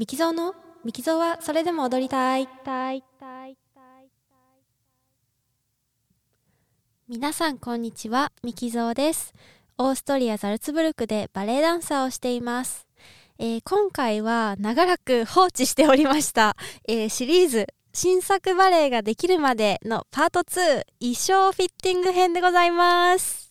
ミキゾーのミキゾーはそれでも踊りたい。皆さんこんにちは、ミキゾーです。オーストリア・ザルツブルクでバレエダンサーをしています。今回は長らく放置しておりました、シリーズ新作バレエができるまでのパート2衣装フィッティング編でございます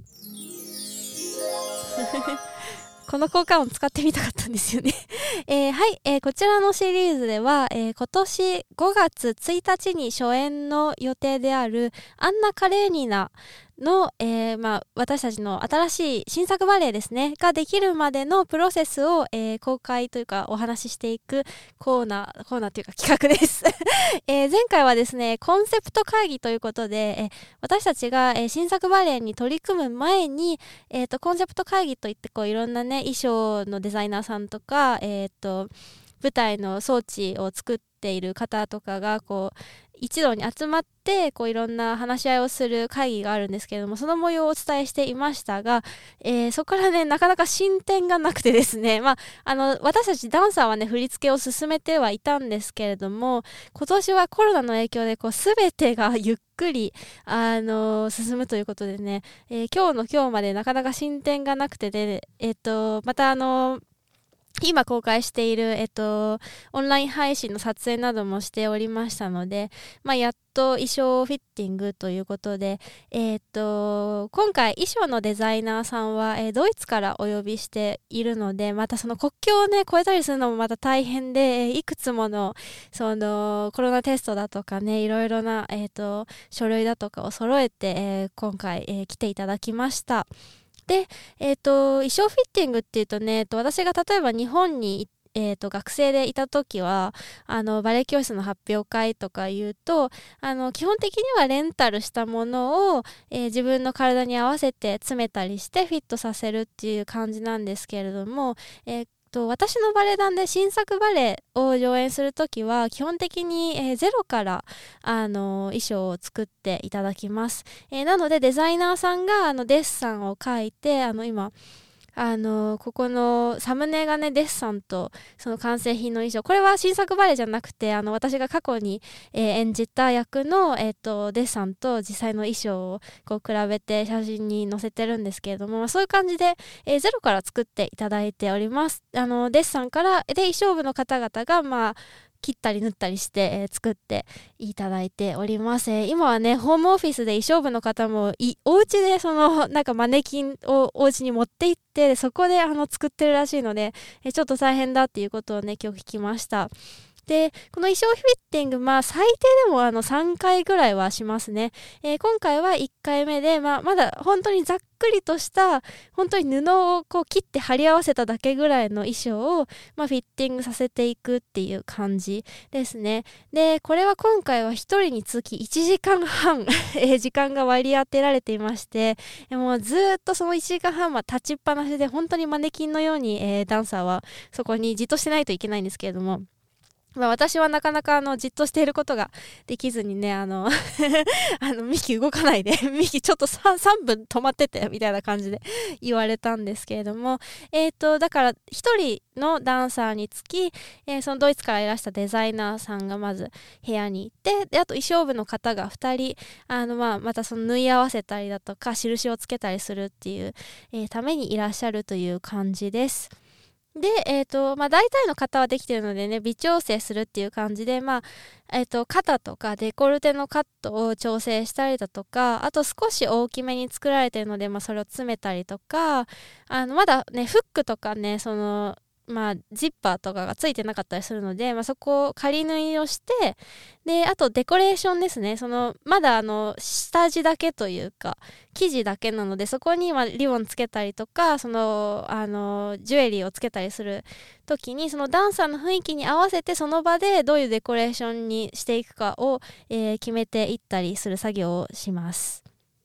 この効果音使ってみたかったんですよねはい、こちらのシリーズでは、今年5月1日に初演の予定であるアンナ・カレーニナの、私たちの新しい新作バレエですねができるまでのプロセスを、公開というかお話ししていくコーナーというか企画です、前回はですねコンセプト会議ということで、私たちが、新作バレエに取り組む前に、コンセプト会議といっていろんなね衣装のデザイナーさんとか、舞台の装置を作っている方とかが一堂に集まっていろんな話し合いをする会議があるんですけれども、その模様をお伝えしていましたが、そこからねなかなか進展がなくてですね、私たちダンサーはね振り付けを進めてはいたんですけれども、今年はコロナの影響で全てがゆっくり進むということでね、今日の今日までなかなか進展がなくてで、また今公開している、オンライン配信の撮影などもしておりましたので、やっと衣装フィッティングということで、今回衣装のデザイナーさんは、ドイツからお呼びしているので、またその国境をね越えたりするのもまた大変で、いくつものそのコロナテストだとかねいろいろな、書類だとかを揃えて、今回、来ていただきました。で、衣装フィッティングっていうとね、私が例えば日本に学生でいた時はバレエ教室の発表会とかいうと基本的にはレンタルしたものを、自分の体に合わせて詰めたりしてフィットさせるっていう感じなんですけれども、私のバレエ団で新作バレエを上演するときは基本的に、ゼロから衣装を作っていただきます。なのでデザイナーさんがデッサンを描いて今ここのサムネがねデッサンとその完成品の衣装、これは新作バレエじゃなくて私が過去に、演じた役の、デッサンと実際の衣装を比べて写真に載せてるんですけれども、そういう感じで、ゼロから作っていただいております。デッサンからで衣装部の方々が切ったり縫ったりして、作っていただいております。今はねホームオフィスで衣装部の方もお家でマネキンをお家に持って行ってそこで作ってるらしいので、ちょっと大変だっていうことをね今日聞きました。でこの衣装フィッティング最低でも3回ぐらいはしますね。今回は1回目で、まだ本当にざっくりとした本当に布を切って貼り合わせただけぐらいの衣装を、フィッティングさせていくっていう感じですね。でこれは今回は1人につき1時間半時間が割り当てられていまして、もうずっとその1時間半は立ちっぱなしで本当にマネキンのように、ダンサーはそこにじっとしてないといけないんですけれども、私はなかなかじっとしていることができずにねミキ動かないでミキちょっと 3分止まっててみたいな感じで言われたんですけれども、だから一人のダンサーにつき、そのドイツからいらしたデザイナーさんがまず部屋に行って、であと衣装部の方が2人またその縫い合わせたりだとか印をつけたりするっていう、ためにいらっしゃるという感じです。で、大体の方はできているのでね微調整するっていう感じで、肩とかデコルテのカットを調整したりだとか、あと少し大きめに作られているので、それを詰めたりとか、まだねフックとかねジッパーとかがついてなかったりするので、そこを仮縫いをして、であとデコレーションですね。まだ下地だけというか生地だけなので、そこにリボンつけたりとかジュエリーをつけたりする時にそのダンサーの雰囲気に合わせてその場でどういうデコレーションにしていくかを、決めていったりする作業をします。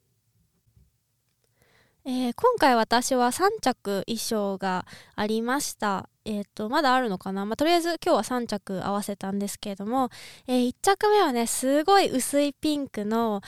今回私は3着衣装がありました。まだあるのかな、とりあえず今日は3着合わせたんですけれども、1着目はねすごい薄いピンクの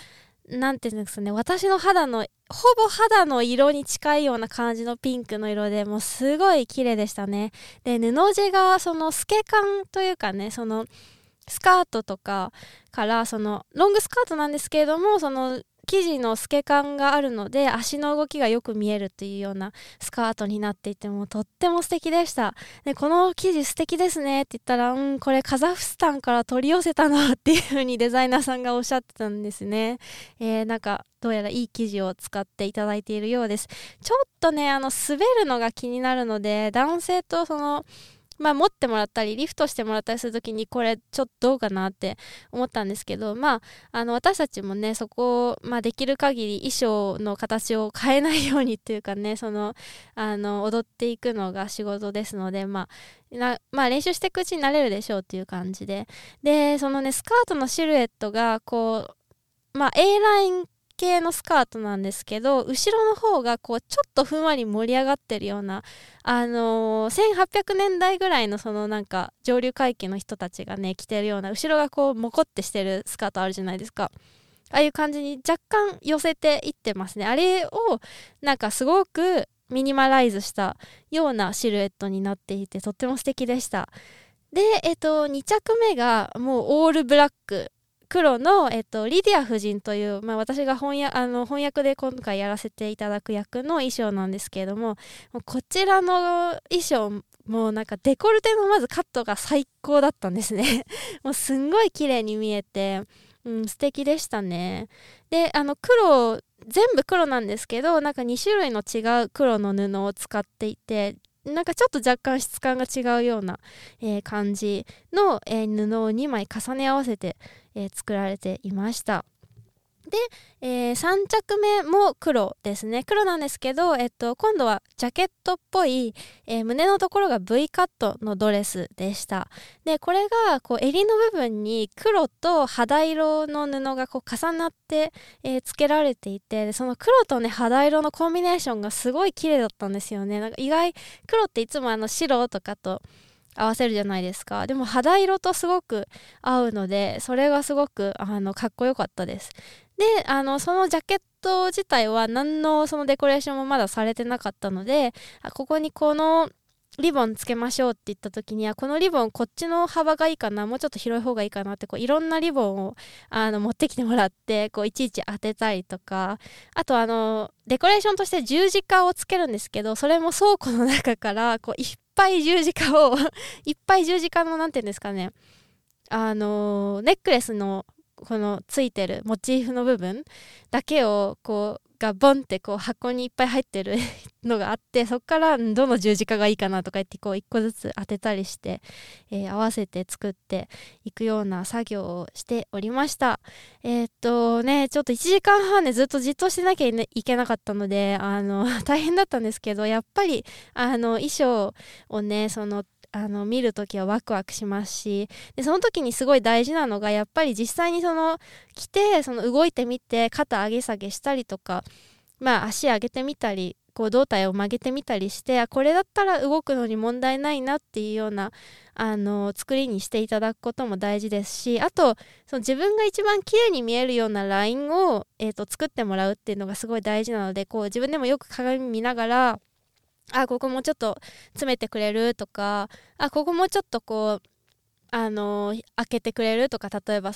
なんていうんですかね、私の肌のほぼ肌の色に近いような感じのピンクの色で、もうすごい綺麗でしたね。で、布地がその透け感というかね、そのスカートとかからそのロングスカートなんですけれども、その生地の透け感があるので足の動きがよく見えるというようなスカートになっていて、もうとっても素敵でした。で、この生地素敵ですねって言ったら、これカザフスタンから取り寄せたのっていう風にデザイナーさんがおっしゃってたんですね。なんかどうやらいい生地を使っていただいているようです。ちょっとね、滑るのが気になるので、男性とその持ってもらったりリフトしてもらったりするときにこれちょっとどうかなって思ったんですけど、私たちもねそこを、できる限り衣装の形を変えないようにっていうかね、踊っていくのが仕事ですので、練習していくうちになれるでしょうっていう感じで、そのねスカートのシルエットがこうA ライン系のスカートなんですけど、後ろの方がこうちょっとふんわり盛り上がってるような、1800年代ぐらいのそのなんか上流階級の人たちがね着てるような、後ろがこうモコってしてるスカートあるじゃないですか。ああいう感じに若干寄せていってますね。あれをなんかすごくミニマライズしたようなシルエットになっていて、とっても素敵でした。で、2着目がもうオールブラック黒の、リディア夫人という、私が翻訳で今回やらせていただく役の衣装なんですけれども、こちらの衣装もうなんかデコルテのまずカットが最高だったんですねもうすんごい綺麗に見えて、素敵でしたね。で、全部黒なんですけど、なんか2種類の違う黒の布を使っていて、なんかちょっと若干質感が違うような、感じの、布を2枚重ね合わせて、作られていました。で、3着目も黒ですね。黒なんですけど、今度はジャケットっぽい、胸のところが V カットのドレスでした。で、これがこう襟の部分に黒と肌色の布がこう重なって、付けられていて、その黒とね肌色のコンビネーションがすごい綺麗だったんですよね。なんか黒っていつも白とかと合わせるじゃないですか。でも肌色とすごく合うので、それがすごくかっこよかったです。で、そのジャケット自体は何のそのデコレーションもまだされてなかったので、ここにこのリボンつけましょうって言った時には、このリボンこっちの幅がいいかな、もうちょっと広い方がいいかなって、こういろんなリボンを持ってきてもらって、こういちいち当てたりとか、あとデコレーションとして十字架をつけるんですけど、それも倉庫の中からこういっぱい十字架をいっぱい十字架のなんていうんですかね、ネックレスのこのついてるモチーフの部分だけをがボンってこう箱にいっぱい入ってるのがあって、そこからどの十字架がいいかなとか言ってこう一個ずつ当てたりして、合わせて作っていくような作業をしておりました。ちょっと1時間半でずっとじっとしてなきゃいけなかったので大変だったんですけど、やっぱり衣装をね見るときはワクワクしますし、でその時にすごい大事なのがやっぱり実際に着て動いてみて肩上げ下げしたりとか、足上げてみたりこう胴体を曲げてみたりして、これだったら動くのに問題ないなっていうような作りにしていただくことも大事ですし、あと自分が一番綺麗に見えるようなラインを、作ってもらうっていうのがすごい大事なので、こう自分でもよく鏡見ながらここもちょっと詰めてくれるとか、ここもちょっとこう開けてくれるとか、例えば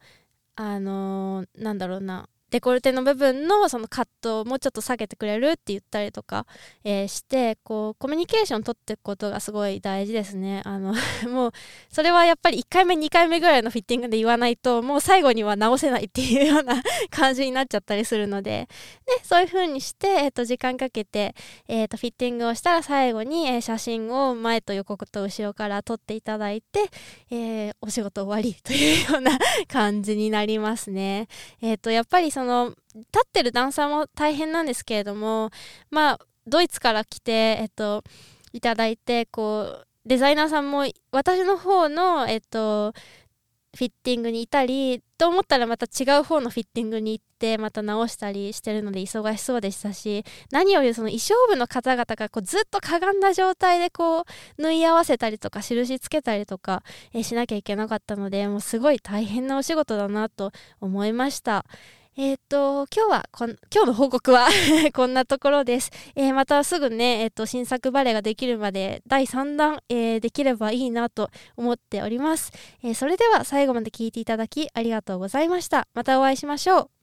なんだろうな、デコルテの部分のそのカットをもうちょっと下げてくれるって言ったりとか、してこうコミュニケーション取っていくことがすごい大事ですね。もうそれはやっぱり1回目2回目ぐらいのフィッティングで言わないともう最後には直せないっていうような感じになっちゃったりするので、そういう風にして、時間かけて、フィッティングをしたら最後に、写真を前と横と後ろから撮っていただいて、お仕事終わりというような感じになりますね。やっぱり立ってるダンサーも大変なんですけれども、ドイツから来て、いただいてこうデザイナーさんも私の方の、フィッティングにいたりと思ったらまた違う方のフィッティングに行ってまた直したりしてるので忙しそうでしたし、何よりその衣装部の方々がこうずっとかがんだ状態でこう縫い合わせたりとか印つけたりとか、しなきゃいけなかったので、もうすごい大変なお仕事だなと思いました。 今日の報告はこんなところです。またすぐね、新作バレエができるまで第3弾、できればいいなと思っております。それでは最後まで聞いていただきありがとうございました。またお会いしましょう。